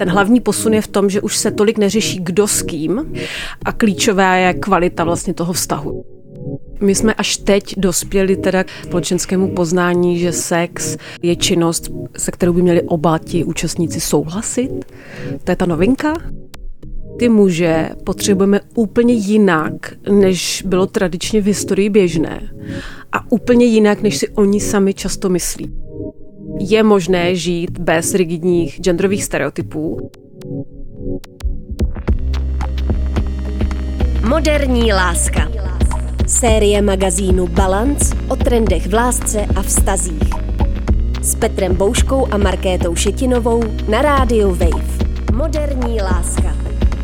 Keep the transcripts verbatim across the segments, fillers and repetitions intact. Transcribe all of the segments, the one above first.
Ten hlavní posun je v tom, že už se tolik neřeší kdo s kým a klíčová je kvalita vlastně toho vztahu. My jsme až teď dospěli teda k společenskému poznání, že sex je činnost, se kterou by měli oba ti účastníci souhlasit. To je ta novinka. Ty muže potřebujeme úplně jinak, než bylo tradičně v historii běžné. A úplně jinak, než si oni sami často myslí. Je možné žít bez rigidních genderových stereotypů. Moderní láska. Série magazínu Balance o trendech v lásce a vztazích. S Petrem Bouškou a Markétou Šetinovou na rádiu Wave. Moderní láska.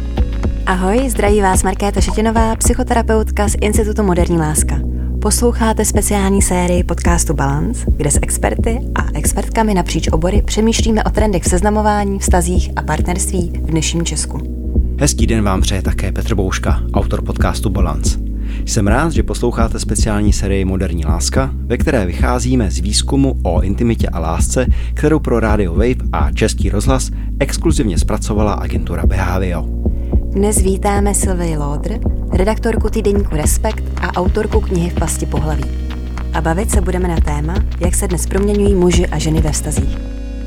Ahoj, zdraví vás Markéta Šetinová, psychoterapeutka z Institutu Moderní láska. Posloucháte speciální sérii podcastu Balance, kde s experty a expertkami napříč obory přemýšlíme o trendech v seznamování, vztazích a partnerství v dnešním Česku. Hezký den vám přeje také Petr Bouška, autor podcastu Balance. Jsem rád, že posloucháte speciální sérii Moderní láska, ve které vycházíme z výzkumu o intimitě a lásce, kterou pro Radio Wave a Český rozhlas exkluzivně zpracovala agentura Behavio. Dnes vítáme Sylvii Lodr, redaktorku týdeníku Respekt a autorku knihy V pasti pohlaví. A bavit se budeme na téma, jak se dnes proměňují muži a ženy ve vztazích.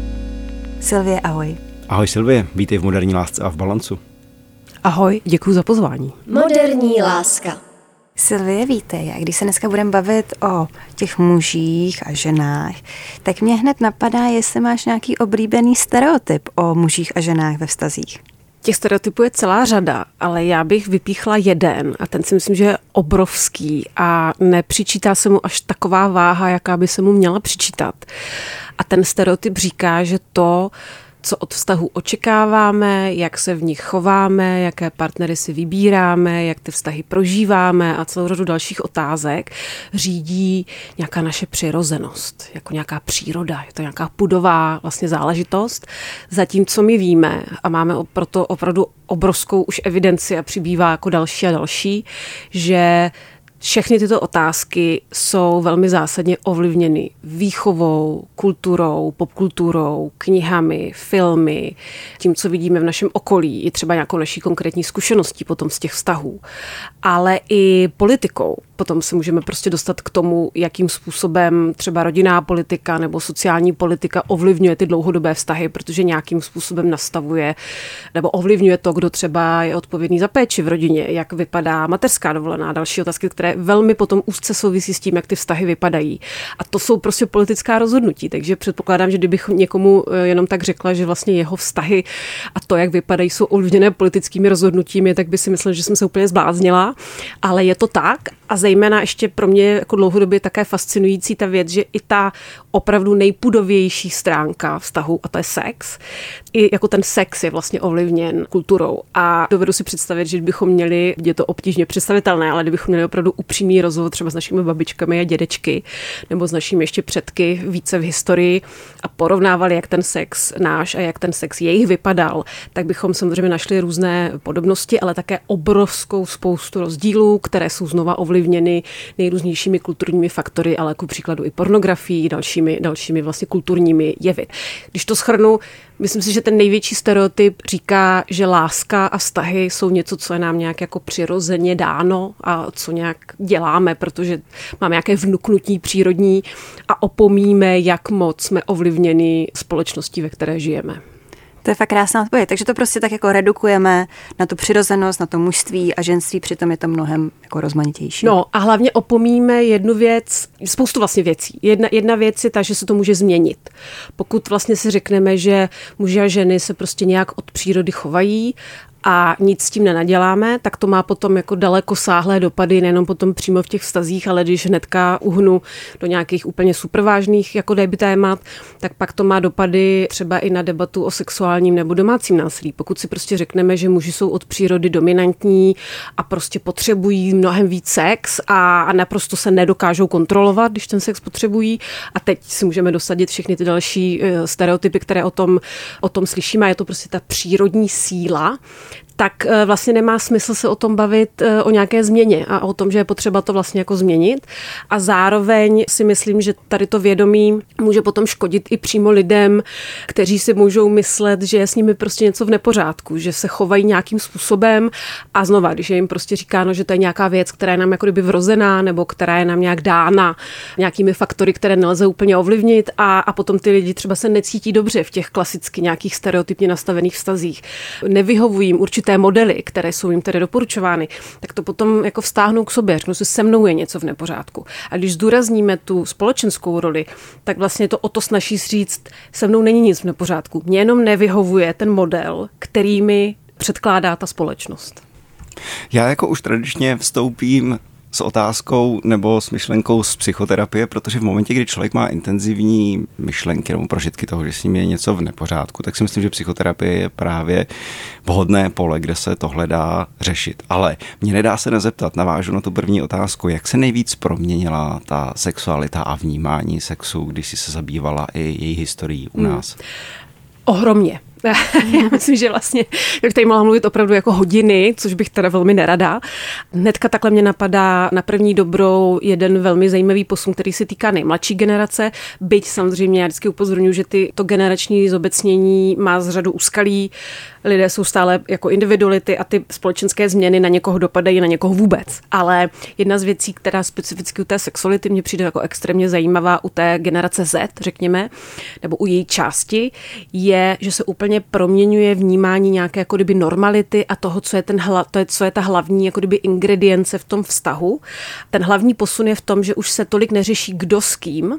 Sylvie, ahoj. Ahoj Sylvie, vítej v Moderní lásce a v Balancu. Ahoj, děkuji za pozvání. Moderní láska. Sylvie, vítej. A když se dneska budeme bavit o těch mužích a ženách, tak mě hned napadá, jestli máš nějaký oblíbený stereotyp o mužích a ženách ve vztazích. Těch stereotypů je celá řada, ale já bych vypíchla jeden a ten si myslím, že je obrovský a nepřičítá se mu až taková váha, jaká by se mu měla přičítat. A ten stereotyp říká, že to, co od vztahu očekáváme, jak se v nich chováme, jaké partnery si vybíráme, jak ty vztahy prožíváme a celou řadu dalších otázek, řídí nějaká naše přirozenost, jako nějaká příroda, je to nějaká pudová vlastně záležitost. Zatímco my víme a máme proto opravdu obrovskou už evidenci a přibývá jako další a další, že všechny tyto otázky jsou velmi zásadně ovlivněny výchovou, kulturou, popkulturou, knihami, filmy, tím, co vidíme v našem okolí, i třeba nějakou naší konkrétní zkušeností potom z těch vztahů, ale i politikou. Potom se můžeme prostě dostat k tomu, jakým způsobem třeba rodinná politika nebo sociální politika ovlivňuje ty dlouhodobé vztahy, protože nějakým způsobem nastavuje nebo ovlivňuje to, kdo třeba je odpovědný za péči v rodině, jak vypadá mateřská dovolená, další otázky, které velmi potom úzce souvisí s tím, jak ty vztahy vypadají. A to jsou prostě politická rozhodnutí, takže předpokládám, že kdybych někomu jenom tak řekla, že vlastně jeho vztahy a to, jak vypadají, jsou ovlivněné politickými rozhodnutími, tak by si myslela, že jsem se úplně zbláznila, ale je to tak. A zejména ještě pro mě jako dlouhodobě také fascinující ta věc, že i ta opravdu nejpudovější stránka vztahu, a to je sex, i jako ten sex je vlastně ovlivněn kulturou. A dovedu si představit, že bychom měli, je to obtížně představitelné, ale kdybychom měli opravdu upřímný rozhovor třeba s našimi babičkami a dědečky, nebo s našimi ještě předky více v historii a porovnávali, jak ten sex náš a jak ten sex jejich vypadal, tak bychom samozřejmě našli různé podobnosti, ale také obrovskou spoustu rozdílů, které jsou znova ovlivněny nejrůznějšími kulturními faktory, ale jako příkladu i pornografií, dalšími, dalšími vlastně kulturními jevy. Když to shrnu, myslím si, že ten největší stereotyp říká, že láska a vztahy jsou něco, co je nám nějak jako přirozeně dáno a co nějak děláme, protože máme nějaké vnuknutí přírodní a opomíme, jak moc jsme ovlivněni společností, ve které žijeme. To je fakt krásná odpověď. Takže to prostě tak jako redukujeme na tu přirozenost, na to mužství a ženství, přitom je to mnohem jako rozmanitější. No a hlavně opomíme jednu věc, spoustu vlastně věcí. Jedna, jedna věc je ta, že se to může změnit. Pokud vlastně si řekneme, že muži a ženy se prostě nějak od přírody chovají a nic s tím nenaděláme, tak to má potom jako dalekosáhlé dopady, nejenom potom přímo v těch vztazích, ale když hnedka uhnu do nějakých úplně supervážných jako déby témat, tak pak to má dopady třeba i na debatu o sexuálním nebo domácím násilí. Pokud si prostě řekneme, že muži jsou od přírody dominantní a prostě potřebují mnohem víc sex a, a naprosto se nedokážou kontrolovat, když ten sex potřebují, a teď si můžeme dosadit všechny ty další stereotypy, které o tom, o tom slyšíme, a je to prostě ta přírodní síla, tak vlastně nemá smysl se o tom bavit o nějaké změně a o tom, že je potřeba to vlastně jako změnit. A zároveň si myslím, že tady to vědomí může potom škodit i přímo lidem, kteří si můžou myslet, že je s nimi prostě něco v nepořádku, že se chovají nějakým způsobem a znova, když je jim prostě říkáno, že to je nějaká věc, která je nám jako kdyby vrozená nebo která je nám nějak dána nějakými faktory, které nelze úplně ovlivnit a, a potom ty lidi třeba se necítí dobře v těch klasicky nějakých stereotypně nastavených vztazích. Nevyhovují jim určité modely, které jsou jim tedy doporučovány, tak to potom jako vztáhnou k sobě, řeknou si, se mnou je něco v nepořádku. A když zdůrazníme tu společenskou roli, tak vlastně to o to snaží říct, se mnou není nic v nepořádku. Mně jenom nevyhovuje ten model, který mi předkládá ta společnost. Já jako už tradičně vstoupím s otázkou nebo s myšlenkou z psychoterapie, protože v momentě, kdy člověk má intenzivní myšlenky nebo prožitky toho, že s ním je něco v nepořádku, tak si myslím, že psychoterapie je právě vhodné pole, kde se tohle dá řešit. Ale mě nedá se nezeptat, navážu na tu první otázku, jak se nejvíc proměnila ta sexualita a vnímání sexu, když jsi se zabývala i její historií u nás? Hmm. Ohromně. Já myslím, že vlastně, jak tady mohla mluvit opravdu jako hodiny, což bych teda velmi nerada. Hnedka takhle mě napadá na první dobrou jeden velmi zajímavý posun, který se týká nejmladší generace, byť samozřejmě já vždycky upozorňuji, že ty, to generační zobecnění má z řadu úskalí, lidé jsou stále jako individuality a ty společenské změny na někoho dopadají, na někoho vůbec. Ale jedna z věcí, která specificky u té sexuality mě přijde jako extrémně zajímavá u té generace Z, řekněme, nebo u její části, je, že se úplně proměňuje vnímání nějaké jako kdyby normality a toho, co je, ten hla, to je, co je ta hlavní jako kdyby ingredience v tom vztahu. Ten hlavní posun je v tom, že už se tolik neřeší kdo s kým,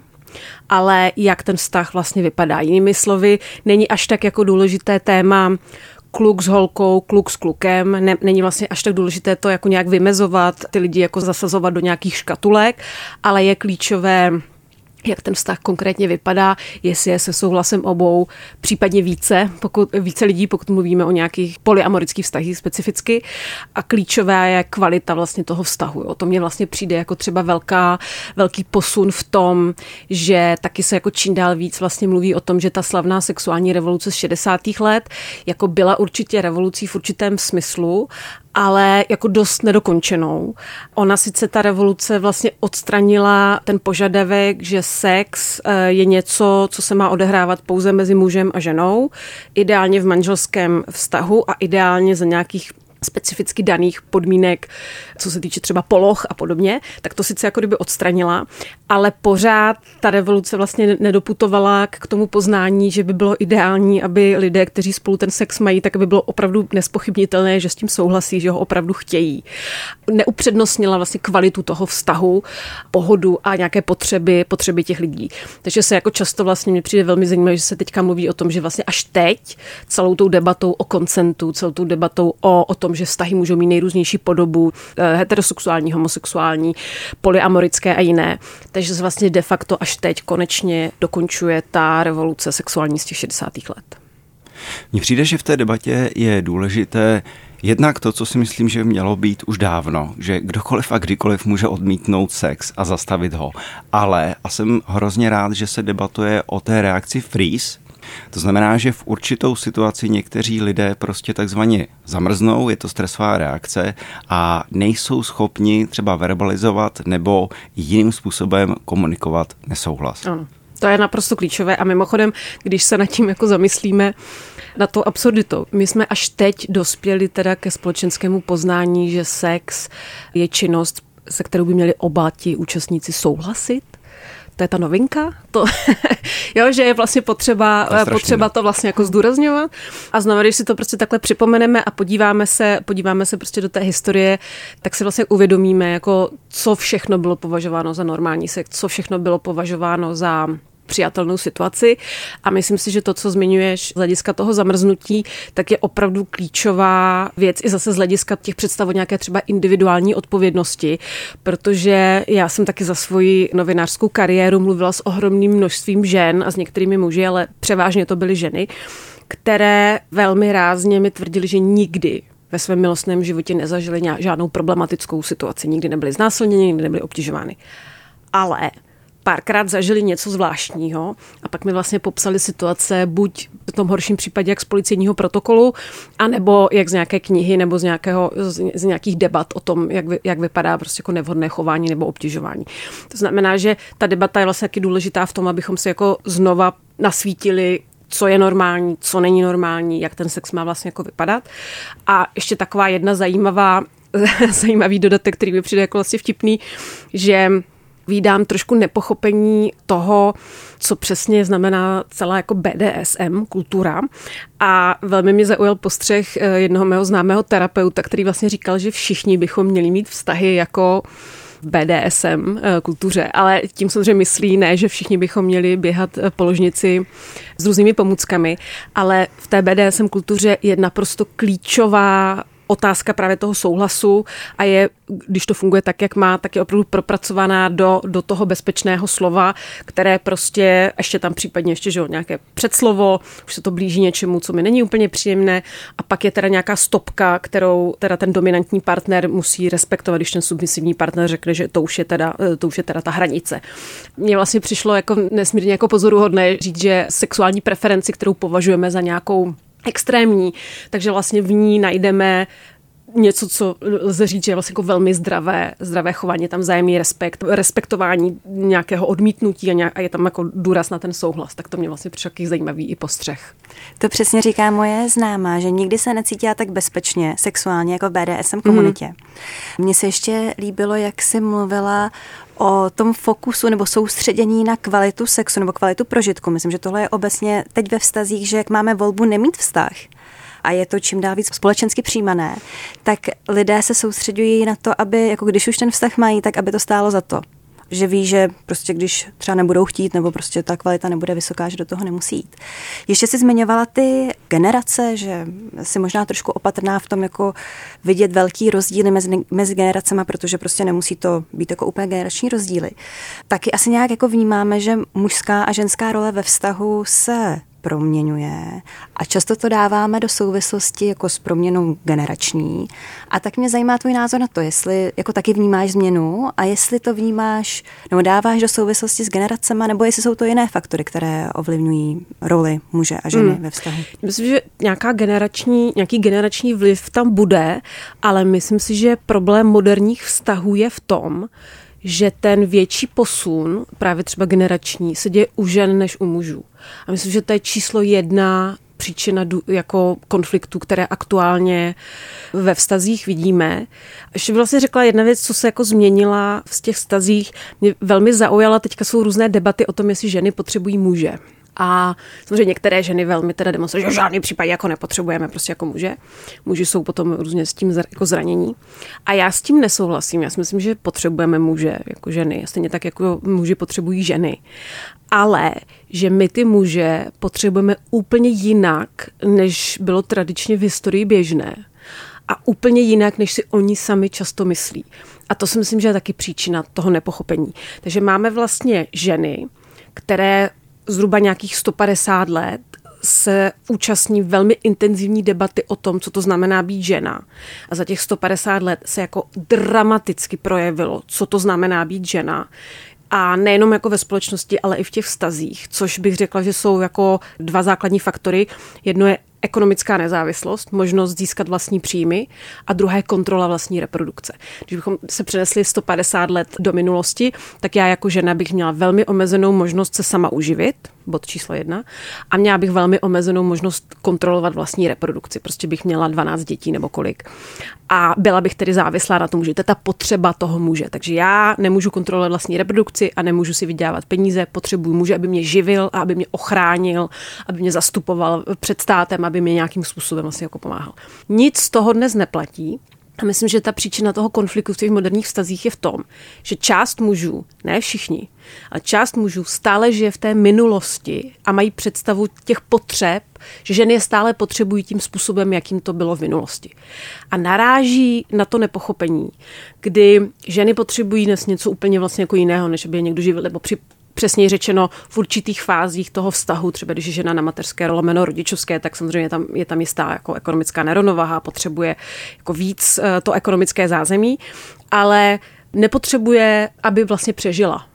ale jak ten vztah vlastně vypadá. Jinými slovy, není až tak jako důležité téma kluk s holkou, kluk s klukem. Ne, není vlastně až tak důležité to jako nějak vymezovat, ty lidi jako zasazovat do nějakých škatulek, ale je klíčové, jak ten vztah konkrétně vypadá, jestli je se souhlasem obou, případně více, pokud, více lidí, pokud mluvíme o nějakých polyamorických vztazích specificky. A klíčová je kvalita vlastně toho vztahu. Jo. To mně vlastně přijde jako třeba velká, velký posun v tom, že taky se jako čím dál víc vlastně mluví o tom, že ta slavná sexuální revoluce z šedesátých let jako byla určitě revolucí v určitém smyslu, ale jako dost nedokončenou. Ona sice ta revoluce vlastně odstranila ten požadavek, že sex je něco, co se má odehrávat pouze mezi mužem a ženou, ideálně v manželském vztahu a ideálně za nějakých specificky daných podmínek, co se týče třeba poloh a podobně, tak to sice jako kdyby odstranila, ale pořád ta revoluce vlastně nedoputovala k tomu poznání, že by bylo ideální, aby lidé, kteří spolu ten sex mají, tak aby bylo opravdu nespochybnitelné, že s tím souhlasí, že ho opravdu chtějí. Neupřednostnila vlastně kvalitu toho vztahu, pohodu a nějaké potřeby, potřeby těch lidí. Takže se jako často vlastně mně přijde velmi zajímavé, že se teďka mluví o tom, že vlastně až teď celou tou debatou o konsentu, celou tou debatou o, o tom, že vztahy můžou mít nejrůznější podobu, heterosexuální, homosexuální, polyamorické a jiné. Takže se vlastně de facto až teď konečně dokončuje ta revoluce sexuální z těch šedesátých let. Mně přijde, že v té debatě je důležité jednak to, co si myslím, že mělo být už dávno, že kdokoliv a kdykoliv může odmítnout sex a zastavit ho. Ale a jsem hrozně rád, že se debatuje o té reakci freeze. To znamená, že v určitou situaci někteří lidé prostě takzvaně zamrznou, je to stresová reakce a nejsou schopni třeba verbalizovat nebo jiným způsobem komunikovat nesouhlas. Ano. To je naprosto klíčové a mimochodem, když se nad tím jako zamyslíme na to absurditou. My jsme až teď dospěli teda ke společenskému poznání, že sex je činnost, se kterou by měli oba ti účastníci souhlasit. To je ta novinka, to, jo, že je vlastně potřeba, to, je potřeba to vlastně jako zdůrazňovat. A znovu, když si to prostě takhle připomeneme a podíváme se, podíváme se prostě do té historie, tak si vlastně uvědomíme, jako co všechno bylo považováno za normální sex, co všechno bylo považováno za přijatelnou situaci a myslím si, že to, co zmiňuješ z hlediska toho zamrznutí, tak je opravdu klíčová věc i zase z hlediska těch představ o nějaké třeba individuální odpovědnosti, protože já jsem taky za svoji novinářskou kariéru mluvila s ohromným množstvím žen a s některými muži, ale převážně to byly ženy, které velmi rázně mi tvrdili, že nikdy ve svém milostném životě nezažili žádnou problematickou situaci, nikdy nebyly znásilněny, nikdy nebyly obtěžovány. Ale párkrát zažili něco zvláštního a pak mi vlastně popsali situace buď v tom horším případě jak z policejního protokolu, anebo jak z nějaké knihy nebo z, nějakého, z nějakých debat o tom, jak, vy, jak vypadá prostě jako nevhodné chování nebo obtěžování. To znamená, že ta debata je vlastně taky důležitá v tom, abychom se jako znova nasvítili, co je normální, co není normální, jak ten sex má vlastně jako vypadat. A ještě taková jedna zajímavá, zajímavý dodatek, který mi přijde jako vlastně vtipný, že vídám trošku nepochopení toho, co přesně znamená celá jako bé dé es em kultura. A velmi mě zaujal postřeh jednoho mého známého terapeuta, který vlastně říkal, že všichni bychom měli mít vztahy jako bé dé es em kultuře, ale tím samozřejmě myslí ne, že všichni bychom měli běhat po ložnici s různými pomůckami, ale v té bé dé es em kultuře je naprosto klíčová otázka právě toho souhlasu a je, když to funguje tak, jak má, tak je opravdu propracovaná do, do toho bezpečného slova, které prostě ještě tam případně ještě, že jo, nějaké předslovo, už se to blíží něčemu, co mi není úplně příjemné a pak je teda nějaká stopka, kterou teda ten dominantní partner musí respektovat, když ten submisivní partner řekne, že to už je teda, to už je teda ta hranice. Mně vlastně přišlo jako nesmírně jako pozoruhodné říct, že sexuální preferenci, kterou považujeme za nějakou extrémní, takže vlastně v ní najdeme něco, co lze říct, že je vlastně jako velmi zdravé, zdravé chování, je tam vzájemný respekt, respektování nějakého odmítnutí a, nějak, a je tam jako důraz na ten souhlas. Tak to mě vlastně přišel takový zajímavý i postřeh. To přesně říká moje známá, že nikdy se necítila tak bezpečně sexuálně jako v bé dé es em komunitě. Mm. Mně se ještě líbilo, jak jsi mluvila o tom fokusu nebo soustředění na kvalitu sexu nebo kvalitu prožitku. Myslím, že tohle je obecně teď ve vztazích, že jak máme volbu nemít vztah, a je to čím dál víc společensky přijímané, tak lidé se soustředují na to, aby, jako když už ten vztah mají, tak aby to stálo za to. Že ví, že prostě když třeba nebudou chtít, nebo prostě ta kvalita nebude vysoká, že do toho nemusí jít. Ještě jsi zmiňovala ty generace, že jsi možná trošku opatrná v tom, jako vidět velký rozdíly mezi, mezi generacemi, protože prostě nemusí to být jako úplně generační rozdíly. Taky asi nějak jako vnímáme, že mužská a ženská role ve vztahu se proměňuje a často to dáváme do souvislosti jako s proměnou generační. A tak mě zajímá tvůj názor na to, jestli jako taky vnímáš změnu a jestli to vnímáš nebo dáváš do souvislosti s generacema, nebo jestli jsou to jiné faktory, které ovlivňují roli muže a ženy hmm. ve vztahu. Myslím, že nějaká generační, nějaký generační vliv tam bude, ale myslím si, že problém moderních vztahů je v tom, že ten větší posun, právě třeba generační, se děje u žen než u mužů. A myslím, že to je číslo jedna příčina jako konfliktů, které aktuálně ve vztazích vidíme. Ještě bych vlastně řekla jedna věc, co se jako změnila v těch vztazích. Mě velmi zaujala, teďka jsou různé debaty o tom, jestli ženy potřebují muže. A samozřejmě některé ženy velmi teda demonstrují, že v žádném případě jako nepotřebujeme prostě jako muže. Muži jsou potom různě s tím jako zranění. A já s tím nesouhlasím. Já si myslím, že potřebujeme muže jako ženy. Stejně tak jako muži potřebují ženy. Ale že my ty muže potřebujeme úplně jinak, než bylo tradičně v historii běžné. A úplně jinak, než si oni sami často myslí. A to si myslím, že je taky příčina toho nepochopení. Takže máme vlastně ženy, které zhruba nějakých sto padesát let se účastní velmi intenzivní debaty o tom, co to znamená být žena. A za těch sto padesát let se jako dramaticky projevilo, co to znamená být žena. A nejenom jako ve společnosti, ale i v těch vztazích, což bych řekla, že jsou jako dva základní faktory. Jedno je ekonomická nezávislost, možnost získat vlastní příjmy a druhá je kontrola vlastní reprodukce. Když bychom se přenesli sto padesát let do minulosti, tak já jako žena bych měla velmi omezenou možnost se sama uživit, bod číslo jedna, a měla bych velmi omezenou možnost kontrolovat vlastní reprodukci. Prostě bych měla dvanáct dětí nebo kolik. A byla bych tedy závislá na tom muži. To je ta potřeba toho muže. Takže já nemůžu kontrolovat vlastní reprodukci a nemůžu si vydělávat peníze. Potřebuji muže, aby mě živil a aby mě ochránil, aby mě zastupoval před státem, aby mě nějakým způsobem asi jako pomáhal. Nic z toho dnes neplatí. A myslím, že ta příčina toho konfliktu v těch moderních vztazích je v tom, že část mužů, ne všichni, ale část mužů stále žije v té minulosti a mají představu těch potřeb, že ženy je stále potřebují tím způsobem, jakým to bylo v minulosti. A naráží na to nepochopení, kdy ženy potřebují dnes něco úplně vlastně jako jiného, než aby je někdo živil, nebo při přesněji řečeno v určitých fázích toho vztahu, třeba když je žena na mateřské lomeno rodičovské, tak samozřejmě tam, je tam jistá jako ekonomická nerovnováha, potřebuje jako víc to ekonomické zázemí, ale nepotřebuje, aby vlastně přežila.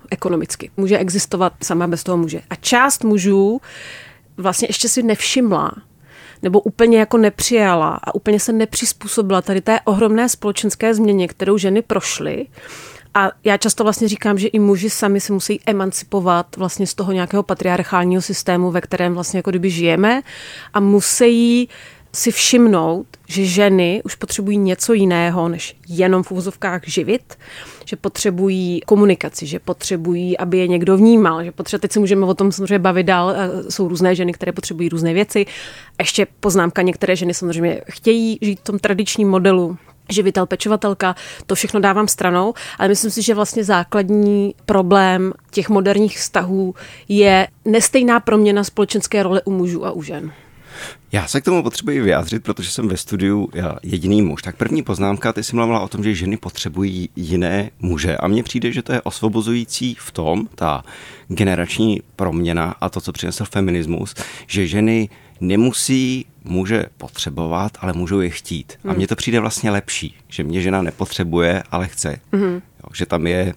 ekonomicky. Může existovat sama bez toho muže. A část mužů vlastně ještě si nevšimla, nebo úplně jako nepřijala a úplně se nepřizpůsobila tady té ohromné společenské změně, kterou ženy prošly. A já často vlastně říkám, že i muži sami se musí emancipovat vlastně z toho nějakého patriarchálního systému, ve kterém vlastně jako kdyby žijeme a musí si všimnout, že ženy už potřebují něco jiného, než jenom v uvozovkách živit, že potřebují komunikaci, že potřebují, aby je někdo vnímal, že potřebují, teď si můžeme o tom samozřejmě bavit dál, jsou různé ženy, které potřebují různé věci. Ještě poznámka, některé ženy samozřejmě chtějí žít v tom tradičním modelu, živitel, pečovatelka, to všechno dávám stranou, ale myslím si, že vlastně základní problém těch moderních vztahů je nestejná proměna společenské role u mužů a u žen. Já se k tomu potřebuji vyjádřit, protože jsem ve studiu jediný muž. Tak první poznámka, ty jsi mluvila o tom, že ženy potřebují jiné muže. A mně přijde, že to je osvobozující v tom, ta generační proměna a to, co přinesl feminismus, že ženy nemusí muže potřebovat, ale můžou je chtít. A mně to přijde vlastně lepší, že mě žena nepotřebuje, ale chce. Mm. Jo, že tam je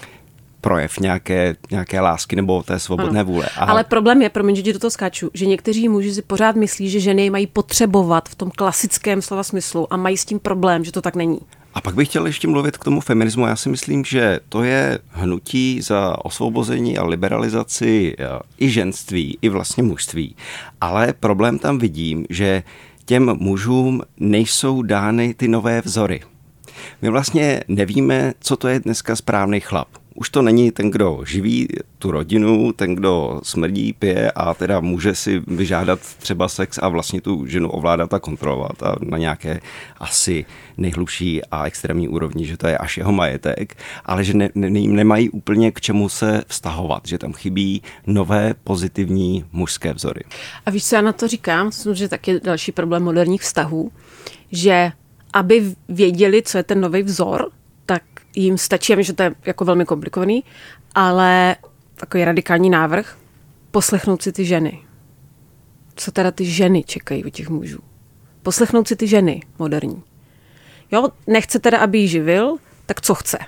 projev nějaké, nějaké lásky nebo té svobodné ano. vůle. A... Ale problém je, promiň, že ti do toho skáču, že někteří muži si pořád myslí, že ženy mají potřebovat v tom klasickém slova smyslu a mají s tím problém, že to tak není. A pak bych chtěl ještě mluvit k tomu feminismu. Já si myslím, že to je hnutí za osvobození a liberalizaci i ženství, i vlastně mužství. Ale problém tam vidím, že těm mužům nejsou dány ty nové vzory. My vlastně nevíme, co to je dneska správný chlap. Už to není ten, kdo živí tu rodinu, ten, kdo smrdí, pije a teda může si vyžádat třeba sex a vlastně tu ženu ovládat a kontrolovat a na nějaké asi nejhlubší a extrémní úrovni, že to je až jeho majetek, ale že ne, ne, nemají úplně k čemu se vztahovat, že tam chybí nové pozitivní mužské vzory. A víš, co já na to říkám? Myslím, že tak je další problém moderních vztahů, že aby věděli, co je ten nový vzor, tak jim stačí, já vím, že to je jako velmi komplikovaný, ale takový radikální návrh, poslechnout si ty ženy. Co teda ty ženy čekají od těch mužů? Poslechnout si ty ženy moderní. Jo, nechce teda, aby jí živil, tak co chce?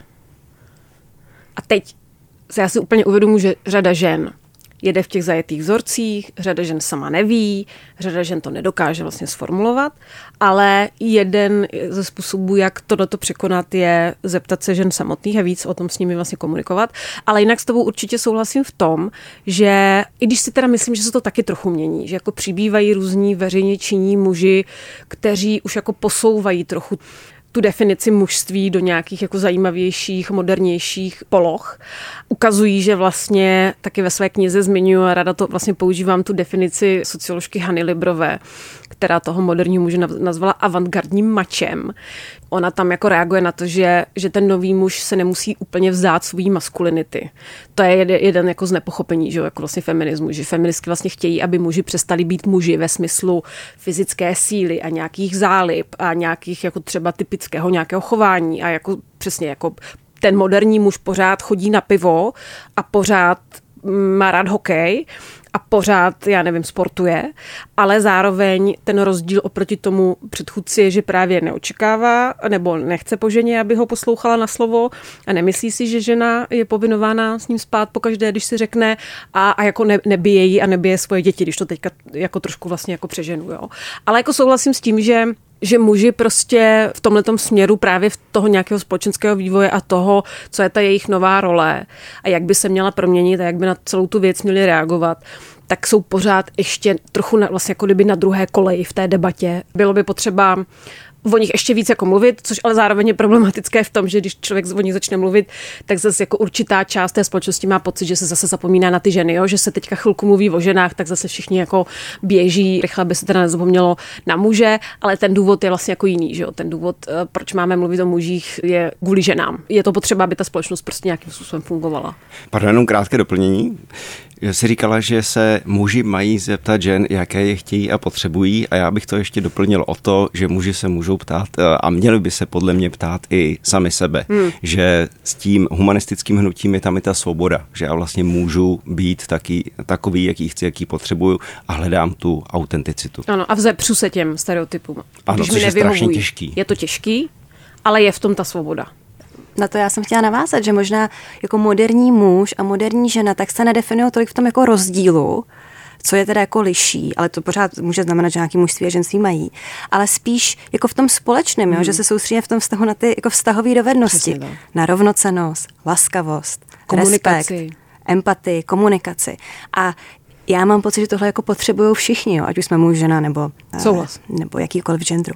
A teď já si úplně uvědomuji, že řada žen jede v těch zajetých vzorcích, řada žen sama neví, řada žen to nedokáže vlastně sformulovat, ale jeden ze způsobů, jak tohleto překonat, je zeptat se žen samotných a víc o tom s nimi vlastně komunikovat. Ale jinak s tebou určitě souhlasím v tom, že i když si teda myslím, že se to taky trochu mění, že jako přibývají různí veřejně činní muži, kteří už jako posouvají trochu tu definici mužství do nějakých jako zajímavějších, modernějších poloh. Ukazují, že vlastně taky ve své knize zmiňuji a ráda to vlastně používám tu definici socioložky Hany Librové, která toho moderního muže nazvala avantgardním mačem. Ona tam jako reaguje na to, že, že ten nový muž se nemusí úplně vzdát svý maskulinity. To je jeden jako z nepochopení, že jako vlastně feminismu, že feministky vlastně chtějí, aby muži přestali být muži ve smyslu fyzické síly a nějakých zálib a nějakých jako třeba typického nějakého chování a jako přesně jako ten moderní muž pořád chodí na pivo a pořád má rád hokej a pořád, já nevím, sportuje, ale zároveň ten rozdíl oproti tomu předchůdci je, že právě neočekává nebo nechce po ženě, aby ho poslouchala na slovo a nemyslí si, že žena je povinována s ním spát pokaždé, když si řekne a, a jako ne, nebije jí a nebije svoje děti, když to teďka jako trošku vlastně jako přeženu. Jo. Ale jako souhlasím s tím, že že muži prostě v tomhletom směru právě v toho nějakého společenského vývoje a toho, co je ta jejich nová role a jak by se měla proměnit a jak by na celou tu věc měli reagovat, tak jsou pořád ještě trochu na, vlastně jako kdyby na druhé koleji v té debatě. Bylo by potřeba o nich ještě víc jako mluvit, což ale zároveň je problematické v tom, že když člověk o nich začne mluvit, tak zase jako určitá část té společnosti má pocit, že se zase zapomíná na ty ženy, jo? Že se teďka chvilku mluví o ženách, tak zase všichni jako běží, rychle by se teda nezapomnělo na muže, ale ten důvod je vlastně jako jiný, že jo? Ten důvod, proč máme mluvit o mužích, je kvůli ženám. Je to potřeba, aby ta společnost prostě nějakým způsobem fungovala. Pardon, jenom krátké doplnění. Jsi říkala, že se muži mají zeptat žen, jaké je chtějí a potřebují, a já bych to ještě doplnil o to, že muži se můžou ptát a měli by se podle mě ptát i sami sebe, hmm. že s tím humanistickým hnutím je tam i ta svoboda, že já vlastně můžu být taky, takový, jaký chci, jaký potřebuju a hledám tu autenticitu. Ano, a vzepřu se těm stereotypům. Ano, když což mi je strašně těžký. Je to těžký, ale je v tom ta svoboda. na to já jsem chtěla navázat, že možná jako moderní muž a moderní žena tak se nedefinují tolik v tom jako rozdílu, co je teda jako liší, ale to pořád může znamenat, že nějaký mužství a ženství mají, ale spíš jako v tom společném, hmm. jo, že se soustředí v tom vztahu na ty jako vztahové dovednosti, na rovnocennost, laskavost, respekt, empatii, komunikaci. A já mám pocit, že tohle jako potřebují všichni, jo, ať už jsme muž, žena nebo, Souhlas. nebo jakýkoliv genderu.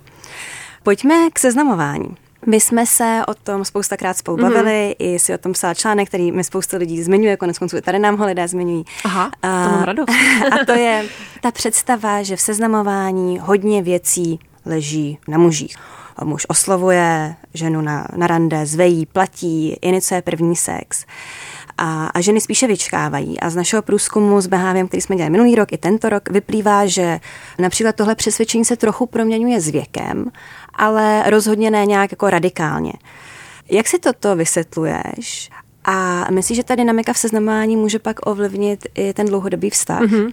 Pojďme k seznamování. My jsme se o tom spoustakrát spolu bavili, mm-hmm. i si o tom psala článek, který mi spousta lidí zmiňuje, konec konců tady nám ho lidé zmiňují. Aha, to mám radost. A to je ta představa, že v seznamování hodně věcí leží na mužích. Muž oslovuje ženu na, na rande, zvejí, platí, iniciuje první sex. A, a ženy spíše vyčkávají. A z našeho průzkumu s Beháviem, který jsme dělali minulý rok i tento rok, vyplývá, že například tohle přesvědčení se trochu proměňuje s věkem, ale rozhodně ne nějak jako radikálně. Jak si toto vysvětluješ? A myslíš, že ta dynamika v seznamování může pak ovlivnit i ten dlouhodobý vztah? Mm-hmm.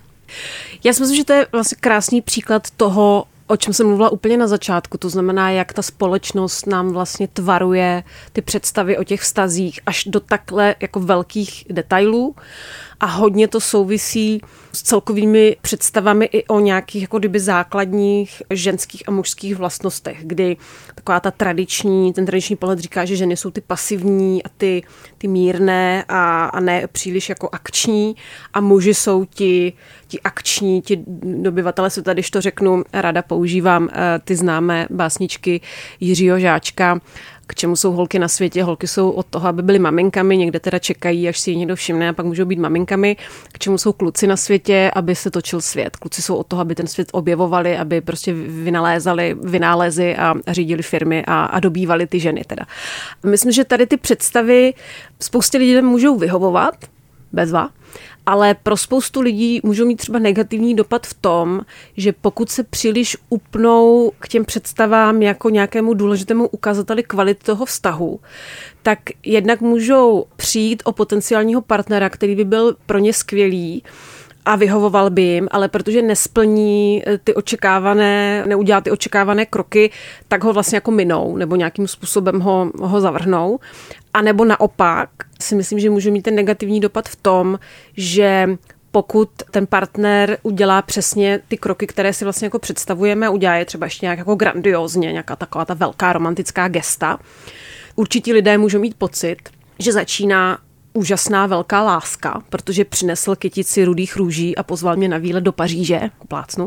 Já si myslím, že to je vlastně krásný příklad toho, o čem jsem mluvila úplně na začátku, to znamená, jak ta společnost nám vlastně tvaruje ty představy o těch vztazích až do takhle jako velkých detailů a hodně to souvisí s celkovými představami i o nějakých jako kdyby základních ženských a mužských vlastnostech, kdy taková ta tradiční, ten tradiční pohled říká, že ženy jsou ty pasivní a ty, ty mírné a, a ne příliš jako akční a muži jsou ti, ti akční, ti dobyvatele světa, když to řeknu, ráda používám ty známé básničky Jiřího Žáčka, k čemu jsou holky na světě. Holky jsou od toho, aby byly maminkami, někde teda čekají, až si ji někdo všimne a pak můžou být maminkami. K čemu jsou kluci na světě, aby se točil svět. Kluci jsou od toho, aby ten svět objevovali, aby prostě vynalézali vynálezy a řídili firmy a, a dobývali ty ženy teda. Myslím, že tady ty představy spoustě lidí můžou vyhovovat, bezva, ale pro spoustu lidí můžou mít třeba negativní dopad v tom, že pokud se příliš upnou k těm představám jako nějakému důležitému ukazateli kvality toho vztahu, tak jednak můžou přijít o potenciálního partnera, který by byl pro ně skvělý a vyhovoval by jim, ale protože nesplní ty očekávané, neudělá ty očekávané kroky, tak ho vlastně jako minou nebo nějakým způsobem ho, ho zavrhnou. A nebo naopak si myslím, že může mít ten negativní dopad v tom, že pokud ten partner udělá přesně ty kroky, které si vlastně jako představujeme, udělá je třeba ještě nějak jako grandiózně, nějaká taková ta velká romantická gesta, určitě lidé můžou mít pocit, že začíná úžasná velká láska, protože přinesl kytici rudých růží a pozval mě na výlet do Paříže, plácnu.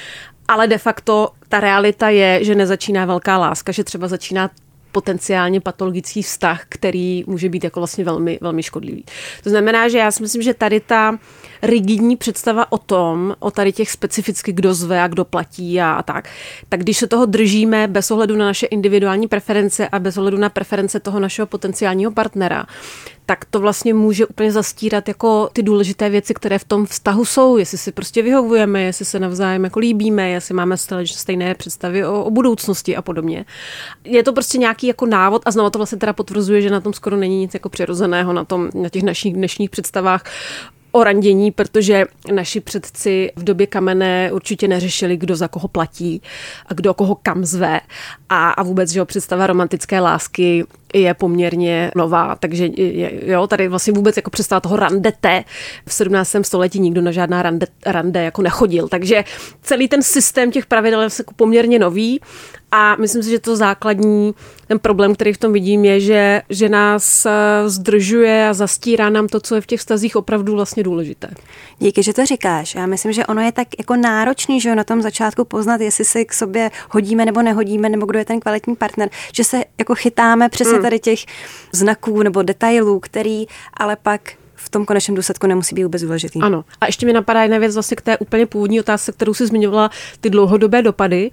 Ale de facto ta realita je, že nezačíná velká láska, že třeba začíná potenciálně patologický vztah, který může být jako vlastně velmi, velmi škodlivý. To znamená, že já si myslím, že tady ta rigidní představa o tom, o tady těch specificky, kdo zve a kdo platí a, a tak, tak když se toho držíme bez ohledu na naše individuální preference a bez ohledu na preference toho našeho potenciálního partnera, tak to vlastně může úplně zastírat jako ty důležité věci, které v tom vztahu jsou, jestli si prostě vyhovujeme, jestli se navzájem jako líbíme, jestli máme stejné představy o, o budoucnosti a podobně. Je to prostě nějaký jako návod a znovu to vlastně teda potvrzuje, že na tom skoro není nic jako přirozeného na tom, na těch našich dnešních představách o randění, protože naši předci v době kamenné určitě neřešili, kdo za koho platí a kdo koho kam zve a, a vůbec, že jo, představa romantické lásky je poměrně nová, takže jo, tady vlastně vůbec jako představa toho randete v sedmnáctém století nikdo na žádná rande, rande jako nechodil, takže celý ten systém těch pravidel je jako poměrně nový a myslím si, že to základní, ten problém, který v tom vidím, je, že, že nás zdržuje a zastírá nám to, co je v těch vztazích opravdu vlastně důležité. Díky, že to říkáš. Já myslím, že ono je tak jako náročný, že jo, na tom začátku poznat, jestli se k sobě hodíme nebo nehodíme, nebo kdo je ten kvalitní partner, že se jako chytáme přesně tady těch znaků nebo detailů, který ale pak v tom konečném důsledku nemusí být vůbec důležitý. Ano. A ještě mi napadá jedna věc vlastně k té úplně původní otázce, kterou si zmiňovala, ty dlouhodobé dopady,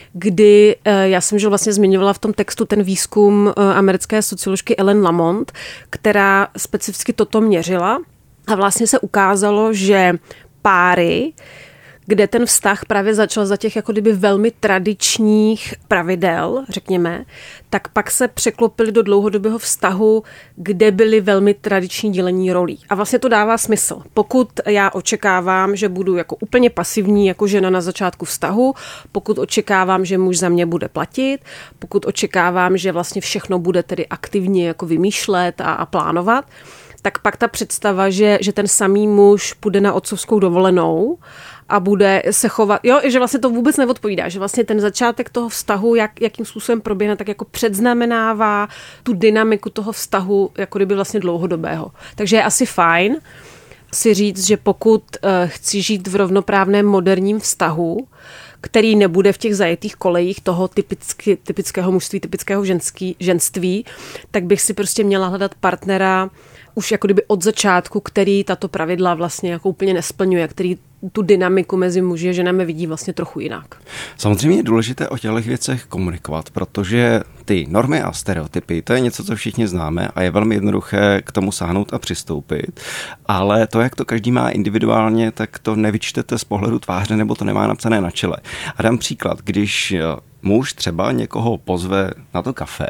kdy já jsem že vlastně zmiňovala v tom textu ten výzkum americké socioložky Ellen Lamont, která specificky toto měřila a vlastně se ukázalo, že páry, kde ten vztah právě začal za těch jako kdyby velmi tradičních pravidel, řekněme, tak pak se překlopili do dlouhodobého vztahu, kde byly velmi tradiční dělení rolí. A vlastně to dává smysl. Pokud já očekávám, že budu jako úplně pasivní jako žena na začátku vztahu, pokud očekávám, že muž za mě bude platit, pokud očekávám, že vlastně všechno bude tedy aktivně jako vymýšlet a, a plánovat, tak pak ta představa, že, že ten samý muž půjde na otcovskou dovolenou a bude se chovat, jo, že vlastně to vůbec neodpovídá, že vlastně ten začátek toho vztahu, jak, jakým způsobem proběhne, tak jako předznamenává tu dynamiku toho vztahu, jako kdyby vlastně dlouhodobého. Takže je asi fajn si říct, že pokud uh, chci žít v rovnoprávném moderním vztahu, který nebude v těch zajetých kolejích toho typicky, typického mužství, typického ženský, ženství, tak bych si prostě měla hledat partnera už jako kdyby od začátku, který tato pravidla vlastně jako úplně nesplňuje, který tu dynamiku mezi muži a ženami vidí vlastně trochu jinak. Samozřejmě je důležité o těchto věcech komunikovat, protože ty normy a stereotypy, to je něco, co všichni známe a je velmi jednoduché k tomu sáhnout a přistoupit, ale to, jak to každý má individuálně, tak to nevyčtete z pohledu tváře nebo to nemá napsané na čele. A dám příklad, když muž třeba někoho pozve na to kafe,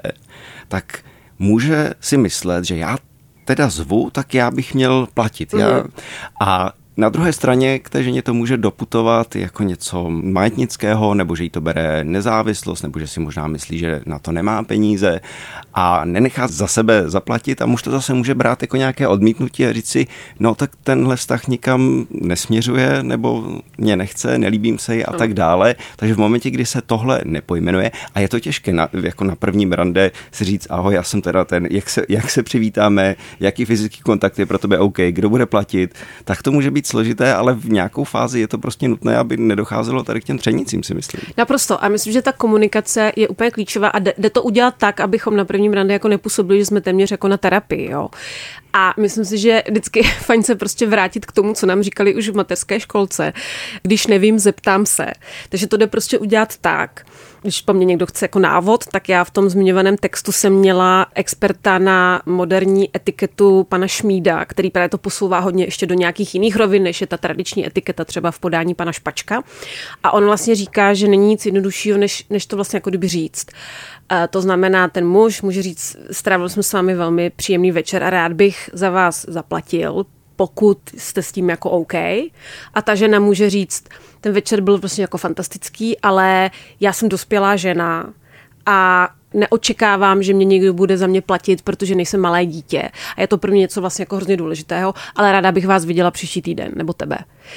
tak může si myslet, že já teda zvu, tak já bych měl platit. Mm. Já, a na druhé straně k té ženě to může doputovat jako něco majetnického, nebo že jí to bere nezávislost, nebo že si možná myslí, že na to nemá peníze a nenechá za sebe zaplatit a muž to zase může brát jako nějaké odmítnutí a říct si, no tak tenhle vztah nikam nesměřuje, nebo mě nechce, nelíbím se jí a tak dále. Takže v momentě, kdy se tohle nepojmenuje a je to těžké na, jako na prvním rande si říct, ahoj, já jsem teda ten, jak se, jak se přivítáme, jaký fyzický kontakt je pro tebe OK, kdo bude platit, tak to může být složité, ale v nějakou fázi je to prostě nutné, aby nedocházelo tady k těm třenicím, si myslím. Naprosto. A myslím, že ta komunikace je úplně klíčová a jde to udělat tak, abychom na prvním rande jako nepůsobili, že jsme téměř jako na terapii, jo. A myslím si, že vždycky je fajn se prostě vrátit k tomu, co nám říkali už v mateřské školce. Když nevím, zeptám se. Takže to jde prostě udělat tak. Když po mně někdo chce jako návod, tak já v tom zmiňovaném textu jsem měla experta na moderní etiketu pana Šmída, který právě to posouvá hodně ještě do nějakých jiných rovin, než je ta tradiční etiketa třeba v podání pana Špačka. A on vlastně říká, že není nic jednoduššího, než, než to vlastně jako kdyby říct. A to znamená, ten muž může říct, strávil jsem s vámi velmi příjemný večer a rád bych za vás zaplatil, pokud jste s tím jako OK. A ta žena může říct, ten večer byl prostě jako fantastický, ale já jsem dospělá žena a neočekávám, že mě někdo bude za mě platit, protože nejsem malé dítě. A je to pro mě něco vlastně jako hrozně důležitého, ale ráda bych vás viděla příští týden, nebo tebe.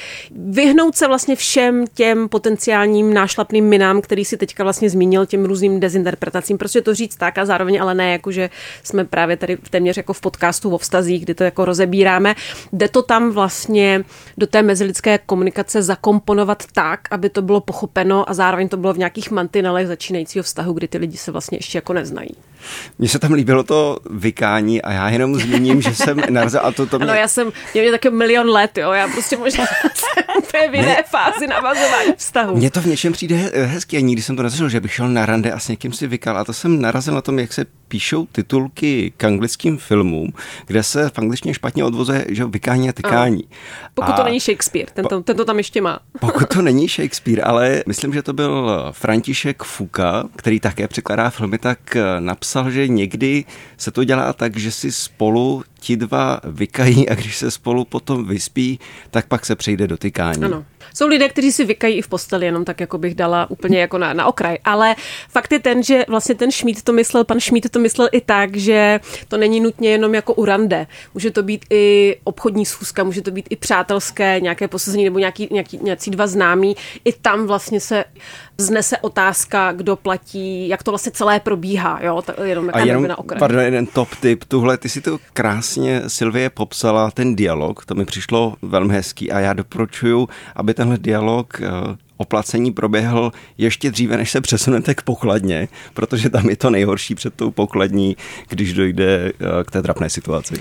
Vyhnout se vlastně všem těm potenciálním nášlapným minám, který si teďka vlastně zmínil, těm různým dezinterpretacím. Prostě to říct tak a zároveň ale ne, jakože jsme právě tady téměř jako v podcastu o vztazích, kdy to jako rozebíráme. Jde to tam vlastně do té mezilidské komunikace zakomponovat tak, aby to bylo pochopeno a zároveň to bylo v nějakých mantinelech začínajícího vztahu, kdy ty lidi se vlastně ještě jako neznají. Mně se tam líbilo to vykání a já jenom zmíním, že jsem narazil a to, to mě... Ano, já jsem, mě mě taky milion let, jo, já prostě možná jsem úplně v jiné fázi navazování vztahu. Mně to v něčem přijde hezky a nikdy jsem to nezažil, že bych šel na rande a s někým si vykal a to jsem narazil na tom, jak se píšou titulky k anglickým filmům, kde se v angličtině špatně odvozuje, že vykání a tykání. Ano. Pokud a to není Shakespeare, ten to, ten to tam ještě má. Pokud to není Shakespeare, ale myslím, že to byl František Fuka, který také překladá filmy, tak napsal, že někdy se to dělá tak, že si spolu ti dva vykají a když se spolu potom vyspí, tak pak se přejde do tykání. Ano. Jsou lidé, kteří si vykají i v posteli, jenom tak jako bych dala úplně jako na, na okraj. Ale fakt je ten, že vlastně ten Šmíd to myslel, pan Šmíd to myslel i tak, že to není nutně jenom jako u rande. Může to být i obchodní schůzka, může to být i přátelské, nějaké posazení nebo nějaký, nějaký, nějací dva známí. I tam vlastně se znese otázka, kdo platí, jak to vlastně celé probíhá. Jo? Tak jenom a jenom, na okraj. Pardon, jeden top tip. Tuhle, ty si to krásně, Sylvie, popsala, ten dialog, to mi přišlo velmi hezký a já doporučuju, aby tenhle dialog o placení proběhl ještě dříve, než se přesunete k pokladně, protože tam je to nejhorší před tou pokladní, když dojde k té trapné situaci.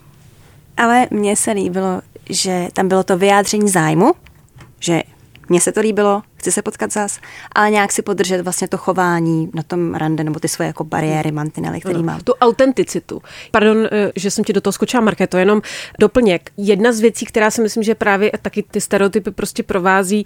Ale mně se líbilo, že tam bylo to vyjádření zájmu, že mně se to líbilo, chci se potkat zas, ale nějak si podržet vlastně to chování na tom rande nebo ty svoje jako bariéry, mantinely, který no, mám. Tu autenticitu. Pardon, že jsem ti do toho skočila, Marké, to je jenom doplněk. Jedna z věcí, která si myslím, že právě taky ty stereotypy prostě provází,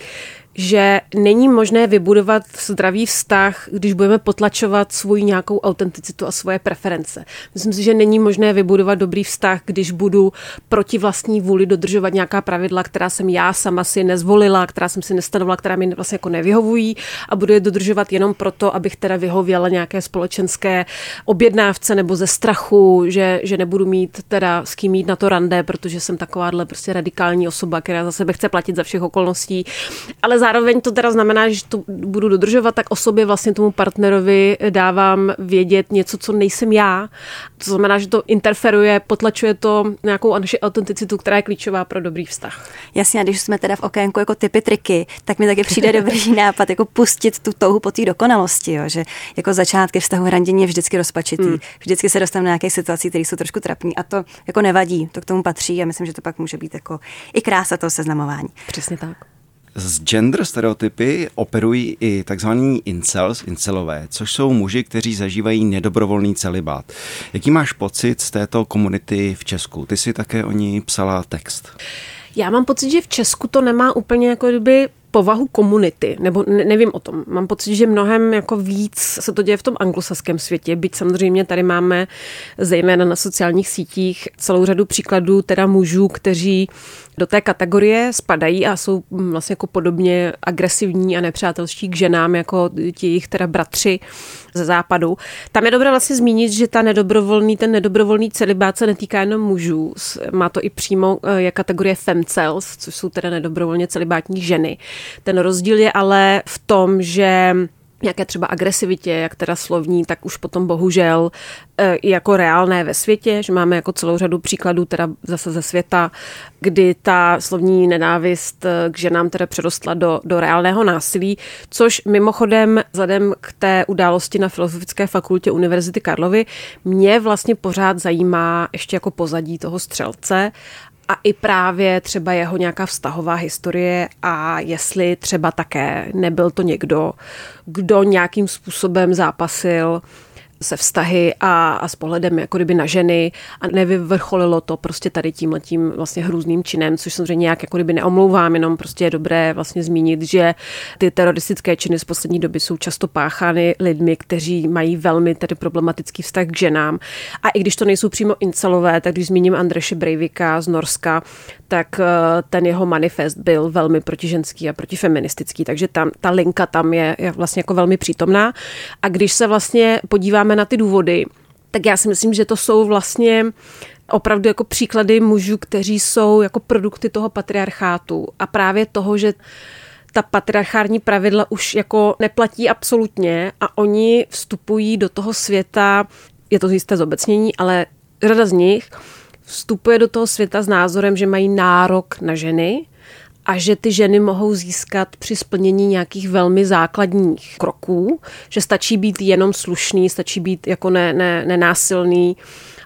že není možné vybudovat zdravý vztah, když budeme potlačovat svoji nějakou autenticitu a svoje preference. Myslím si, že není možné vybudovat dobrý vztah, když budu proti vlastní vůli dodržovat nějaká pravidla, která jsem já sama si nezvolila, která jsem si nestanovila, která mi vlastně jako nevyhovují a budu je dodržovat jenom proto, abych teda vyhověla nějaké společenské objednávce nebo ze strachu, že, že nebudu mít teda s kým jít na to rande, protože jsem takováhle prostě radikální osoba, která za sebe chce platit za všech okolností. Ale zároveň to teda znamená, že to budu dodržovat, tak o sobě vlastně tomu partnerovi dávám vědět něco, co nejsem já. To znamená, že to interferuje, potlačuje to nějakou naši autenticitu, která je klíčová pro dobrý vztah. Jasně, a když jsme teda v okénku jako typy, triky, tak mi taky přijde dobrý nápad jako pustit tu touhu po té dokonalosti, jo? Že jako začátky vztahu randění je vždycky rozpačitý. Hmm. Vždycky se dostaneme na nějaké situaci, které jsou trošku trapný a to jako nevadí, to k tomu patří a myslím, že to pak může být jako i krása toho seznamování. Přesně tak. Z gender stereotypy operují i takzvaní incels, incelové, což jsou muži, kteří zažívají nedobrovolný celibát. Jaký máš pocit z této komunity v Česku? Ty si také o ní psala text. Já mám pocit, že v Česku to nemá úplně jako kdyby povahu komunity, nebo ne, nevím o tom. Mám pocit, že mnohem jako víc se to děje v tom anglosaském světě, byť samozřejmě tady máme zejména na sociálních sítích celou řadu příkladů teda mužů, kteří do té kategorie spadají a jsou vlastně jako podobně agresivní a nepřátelští k ženám, jako ti jejich teda bratři ze západu. Tam je dobré vlastně zmínit, že ta nedobrovolný, ten nedobrovolný celibát se netýká jenom mužů. Má to i přímo je kategorie femcels, což jsou teda nedobrovolně celibátní ženy. Ten rozdíl je ale v tom, že nějaké třeba agresivitě, jak teda slovní, tak už potom bohužel je jako reálné ve světě, že máme jako celou řadu příkladů teda zase ze světa, kdy ta slovní nenávist k ženám teda přerostla do, do reálného násilí, což mimochodem vzhledem k té události na Filozofické fakultě Univerzity Karlovy mě vlastně pořád zajímá ještě jako pozadí toho střelce a i právě třeba jeho nějaká vztahová historie a jestli třeba také nebyl to někdo, kdo nějakým způsobem zápasil se vztahy a, a s pohledem jako kdyby na ženy a nevyvrcholilo to prostě tady tímhletím vlastně hrůzným činem, což samozřejmě nějak jako kdyby neomlouvám, jenom prostě je dobré vlastně zmínit, že ty teroristické činy z poslední doby jsou často páchány lidmi, kteří mají velmi tedy problematický vztah k ženám. A i když to nejsou přímo incelové, tak když zmíním Andreše Breivika z Norska, tak ten jeho manifest byl velmi protiženský a protifeministický, takže tam ta linka tam je, je vlastně jako velmi přítomná. A když se vlastně podíváme na ty důvody, tak já si myslím, že to jsou vlastně opravdu jako příklady mužů, kteří jsou jako produkty toho patriarchátu a právě toho, že ta patriarchární pravidla už jako neplatí absolutně a oni vstupují do toho světa, je to jisté zobecnění, ale řada z nich vstupuje do toho světa s názorem, že mají nárok na ženy a že ty ženy mohou získat při splnění nějakých velmi základních kroků, že stačí být jenom slušný, stačí být jako ne, ne, nenásilný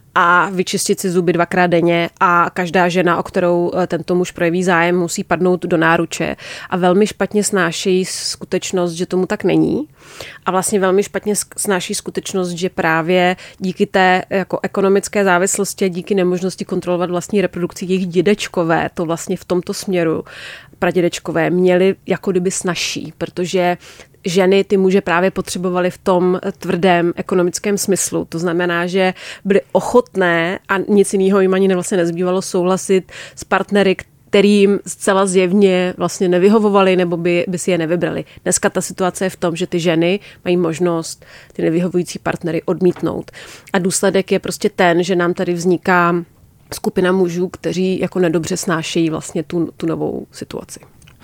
a vyčistit si zuby dvakrát denně a každá žena, o kterou tento muž projeví zájem, musí padnout do náruče a velmi špatně snášejí skutečnost, že tomu tak není a vlastně velmi špatně snáší skutečnost, že právě díky té jako ekonomické závislosti a díky nemožnosti kontrolovat vlastní reprodukci jejich dědečkové, to vlastně v tomto směru pradědečkové měli jako kdyby snazší, protože ženy ty muže právě potřebovaly v tom tvrdém ekonomickém smyslu. To znamená, že byly ochotné a nic jiného jim ani vlastně nezbývalo souhlasit s partnery, kterým zcela zjevně vlastně nevyhovovali nebo by, by si je nevybrali. Dneska ta situace je v tom, že ty ženy mají možnost ty nevyhovující partnery odmítnout. A důsledek je prostě ten, že nám tady vzniká skupina mužů, kteří jako nedobře snášejí vlastně tu, tu novou situaci.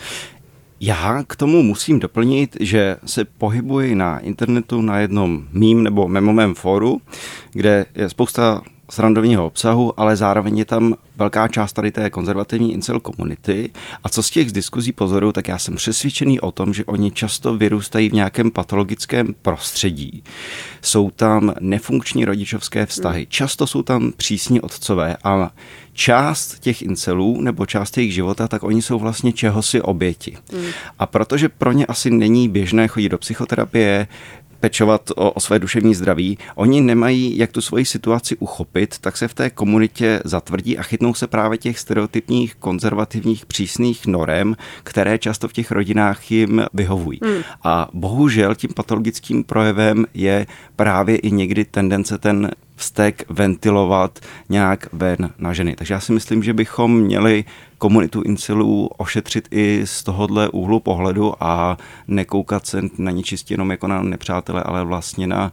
Já k tomu musím doplnit, že se pohybuji na internetu na jednom mým nebo memovém fóru, kde je spousta srandovního obsahu, ale zároveň je tam velká část tady té konzervativní incel komunity. A co z těch diskuzí pozoruju, tak já jsem přesvědčený o tom, že oni často vyrůstají v nějakém patologickém prostředí. Jsou tam nefunkční rodičovské vztahy, často jsou tam přísní otcové a část těch incelů nebo část jejich života, tak oni jsou vlastně čehosi oběti. Hmm. A protože pro ně asi není běžné chodit do psychoterapie, pečovat o, o své duševní zdraví, oni nemají jak tu svoji situaci uchopit, tak se v té komunitě zatvrdí a chytnou se právě těch stereotypních, konzervativních, přísných norem, které často v těch rodinách jim vyhovují. Hmm. A bohužel tím patologickým projevem je právě i někdy tendence ten vztek ventilovat nějak ven na ženy. Takže já si myslím, že bychom měli komunitu incelů ošetřit i z tohohle úhlu pohledu a nekoukat se na ně čistě jenom jako na nepřátele, ale vlastně na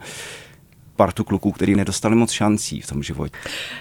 partu kluků, který nedostali moc šancí v tom životě.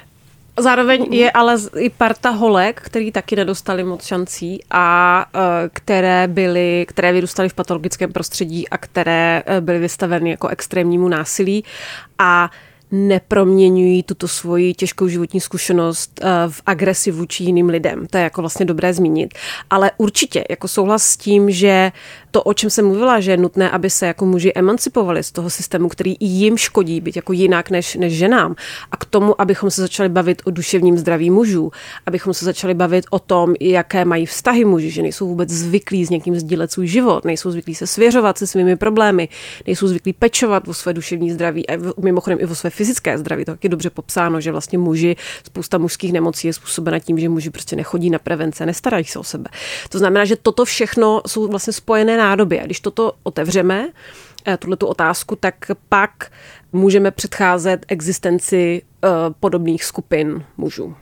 Zároveň je ale i parta holek, který taky nedostali moc šancí a které byly, které vyrůstaly v patologickém prostředí a které byly vystaveny jako extrémnímu násilí a neproměňují tuto svoji těžkou životní zkušenost v agresi vůči jiným lidem. To je jako vlastně dobré zmínit. Ale určitě jako souhlas s tím, že to, o čem jsem mluvila, že je nutné, aby se jako muži emancipovali z toho systému, který i jim škodí, být jako jinak než, než ženám. A k tomu, abychom se začali bavit o duševním zdraví mužů, abychom se začali bavit o tom, jaké mají vztahy muži, že nejsou vůbec zvyklí s někým sdílet svůj život, nejsou zvyklí se svěřovat se svými problémy, nejsou zvyklí pečovat o své duševní zdraví a mimochodem i o své fyzické zdraví. To je dobře popsáno, že vlastně muži, spousta mužských nemocí je způsobena tím, že muži prostě nechodí na prevence, nestarají se o sebe. To znamená, že toto všechno jsou vlastně spojené nádoby. A když toto otevřeme, tuhletu otázku, tak pak můžeme předcházet existenci uh, podobných skupin mužů.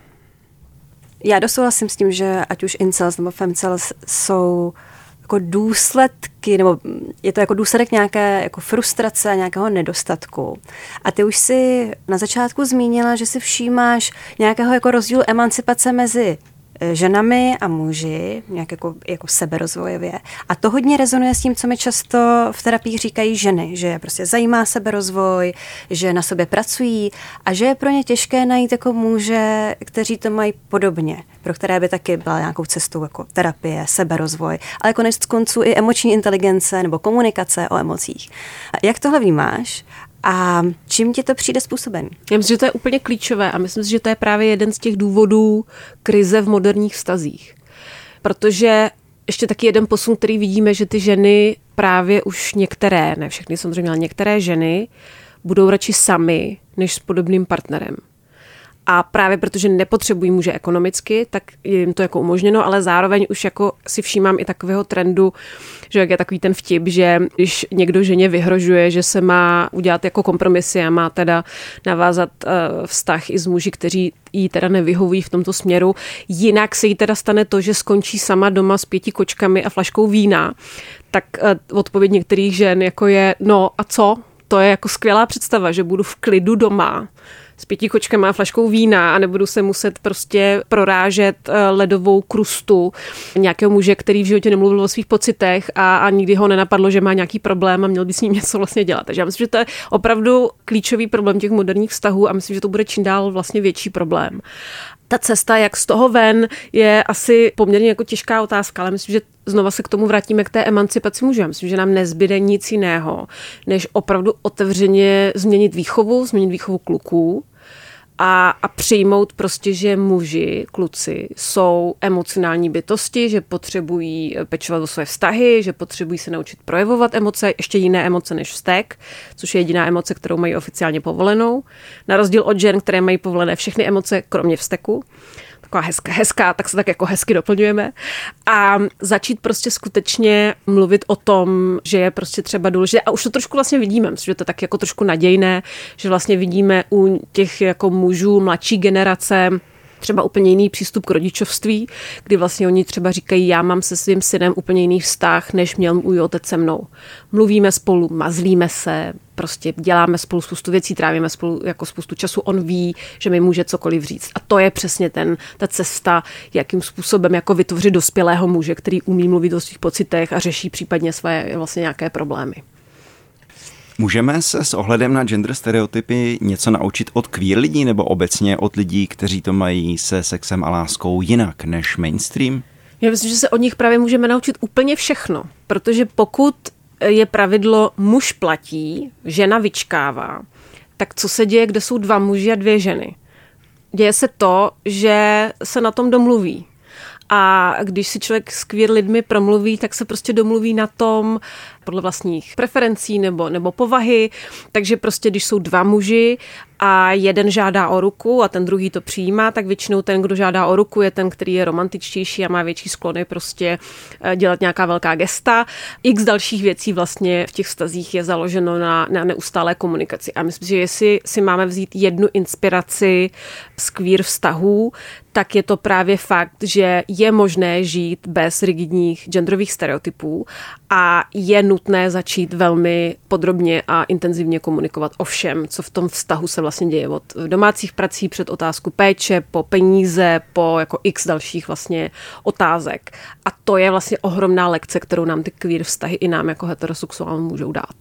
Já dosouhlasím s tím, že ať už incels nebo femcels jsou jako důsledky, nebo je to jako důsledek nějaké jako frustrace a nějakého nedostatku. A ty už si na začátku zmínila, že si všímáš nějakého jako rozdílu emancipace mezi ženami a muži, nějak jako, jako seberozvojově. A to hodně rezonuje s tím, co mi často v terapii říkají ženy, že prostě zajímá seberozvoj, že na sobě pracují a že je pro ně těžké najít jako muže, kteří to mají podobně, pro které by taky byla nějakou cestou jako terapie, seberozvoj, ale konec konců i emoční inteligence nebo komunikace o emocích. Jak tohle vnímáš? A čím ti to přijde způsobený? Já myslím, že to je úplně klíčové a myslím si, že to je právě jeden z těch důvodů krize v moderních vztazích. Protože ještě taky jeden posun, který vidíme, že ty ženy právě už některé, ne všechny samozřejmě, ale některé ženy budou radši samy, než s podobným partnerem. A právě protože nepotřebují muže ekonomicky, tak je jim to jako umožněno, ale zároveň už jako si všímám i takového trendu, že jak je takový ten vtip, že když někdo ženě vyhrožuje, že se má udělat jako kompromisy a má teda navázat uh, vztah i s muži, kteří jí teda nevyhovují v tomto směru, jinak se jí teda stane to, že skončí sama doma s pěti kočkami a flaškou vína, tak uh, odpověď některých žen jako je, no a co? To je jako skvělá představa, že budu v klidu doma s pěti kočkama a flaškou vína a nebudu se muset prostě prorážet ledovou krustu nějakého muže, který v životě nemluvil o svých pocitech a, a nikdy ho nenapadlo, že má nějaký problém a měl by s ním něco vlastně dělat. Takže já myslím, že to je opravdu klíčový problém těch moderních vztahů a myslím, že to bude čím dál vlastně větší problém. Ta cesta, jak z toho ven, je asi poměrně jako těžká otázka, ale myslím, že znova se k tomu vrátíme k té emancipaci mužů. Myslím, že nám nezbyde nic jiného, než opravdu otevřeně změnit výchovu, změnit výchovu kluků a, a přijmout prostě, že muži, kluci jsou emocionální bytosti, že potřebují pečovat o své vztahy, že potřebují se naučit projevovat emoce, ještě jiné emoce než vztek, což je jediná emoce, kterou mají oficiálně povolenou. Na rozdíl od žen, které mají povolené všechny emoce, kromě vzteku. Taková hezká, hezká, tak se tak jako hezky doplňujeme. A začít prostě skutečně mluvit o tom, že je prostě třeba důležité. A už to trošku vlastně vidíme, myslím, že to je tak jako trošku nadějné, že vlastně vidíme u těch jako mužů mladší generace třeba úplně jiný přístup k rodičovství, kdy vlastně oni třeba říkají, já mám se svým synem úplně jiný vztah, než měl můj otec se mnou. Mluvíme spolu, mazlíme se, prostě děláme spolu spoustu věcí, trávíme spolu jako spoustu času, on ví, že mi může cokoliv říct. A to je přesně ten, ta cesta, jakým způsobem jako vytvořit dospělého muže, který umí mluvit o svých pocitech a řeší případně své vlastně nějaké problémy. Můžeme se s ohledem na gender stereotypy něco naučit od queer lidí nebo obecně od lidí, kteří to mají se sexem a láskou jinak než mainstream? Já myslím, že se od nich právě můžeme naučit úplně všechno, protože pokud je pravidlo muž platí, žena vyčkává, tak co se děje, kde jsou dva muži a dvě ženy? Děje se to, že se na tom domluví. A když si člověk s queer lidmi promluví, tak se prostě domluví na tom podle vlastních preferencí nebo, nebo povahy. Takže prostě, když jsou dva muži a jeden žádá o ruku a ten druhý to přijímá, tak většinou ten, kdo žádá o ruku, je ten, který je romantičtější a má větší sklony prostě dělat nějaká velká gesta. X dalších věcí vlastně v těch vztazích je založeno na, na neustálé komunikaci. A myslím, že jestli si máme vzít jednu inspiraci z queer vztahů, tak je to právě fakt, že je možné žít bez rigidních genderových stereotypů a je nutné začít velmi podrobně a intenzivně komunikovat o všem, co v tom vztahu se vlastně děje. Od domácích prací před otázku péče, po peníze, po jako x dalších vlastně otázek. A to je vlastně ohromná lekce, kterou nám ty queer vztahy i nám jako heterosexuálům můžou dát.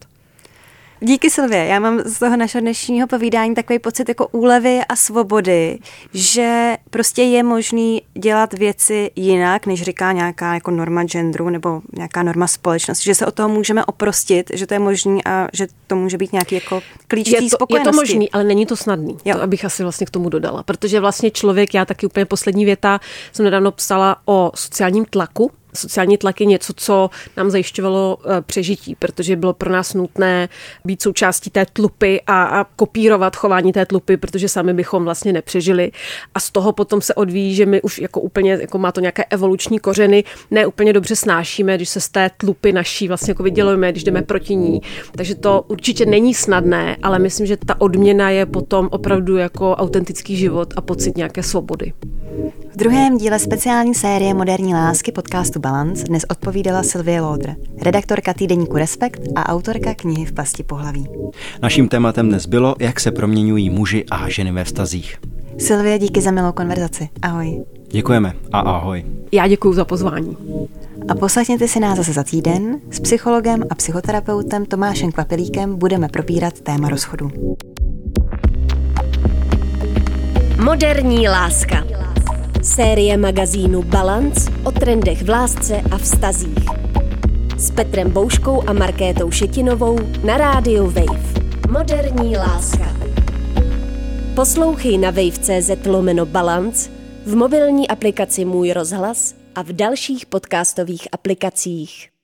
Díky, Silvie. Já mám z toho našeho dnešního povídání takový pocit jako úlevy a svobody, že prostě je možný dělat věci jinak, než říká nějaká jako norma genderu nebo nějaká norma společnosti, že se od toho můžeme oprostit, že to je možný a že to může být nějaký jako klíč té spokojenosti. Je to možný, ale není to snadný. Jo. To abych asi vlastně k tomu dodala, protože vlastně člověk, já taky úplně poslední věta, jsem nedávno psala o sociálním tlaku. Sociální tlak je něco, co nám zajišťovalo přežití, protože bylo pro nás nutné být součástí té tlupy a, a kopírovat chování té tlupy, protože sami bychom vlastně nepřežili. A z toho potom se odvíjí, že my už jako úplně, jako má to nějaké evoluční kořeny, ne úplně dobře snášíme, když se z té tlupy naší vlastně jako vydělujeme, když jdeme proti ní. Takže to určitě není snadné, ale myslím, že ta odměna je potom opravdu jako autentický život a pocit nějaké svobody. V druhém díle speciální série Moderní lásky podcastu Balance dnes odpovídala Sylvie Lauder, redaktorka týdeníku Respekt a autorka knihy V pasti pohlaví. Naším tématem dnes bylo, jak se proměňují muži a ženy ve vztazích. Sylvie, díky za milou konverzaci. Ahoj. Děkujeme a ahoj. Já děkuju za pozvání. A poslechněte si nás zase za týden. S psychologem a psychoterapeutem Tomášem Kvapilíkem budeme probírat téma rozchodu. Moderní láska. Série magazínu Balance o trendech v lásce a vztazích. S Petrem Bouškou a Markétou Šetinovou na rádiu Wave. Moderní láska. Poslouchej na wave tečka cé zet lomeno Balance, v mobilní aplikaci Můj rozhlas a v dalších podcastových aplikacích.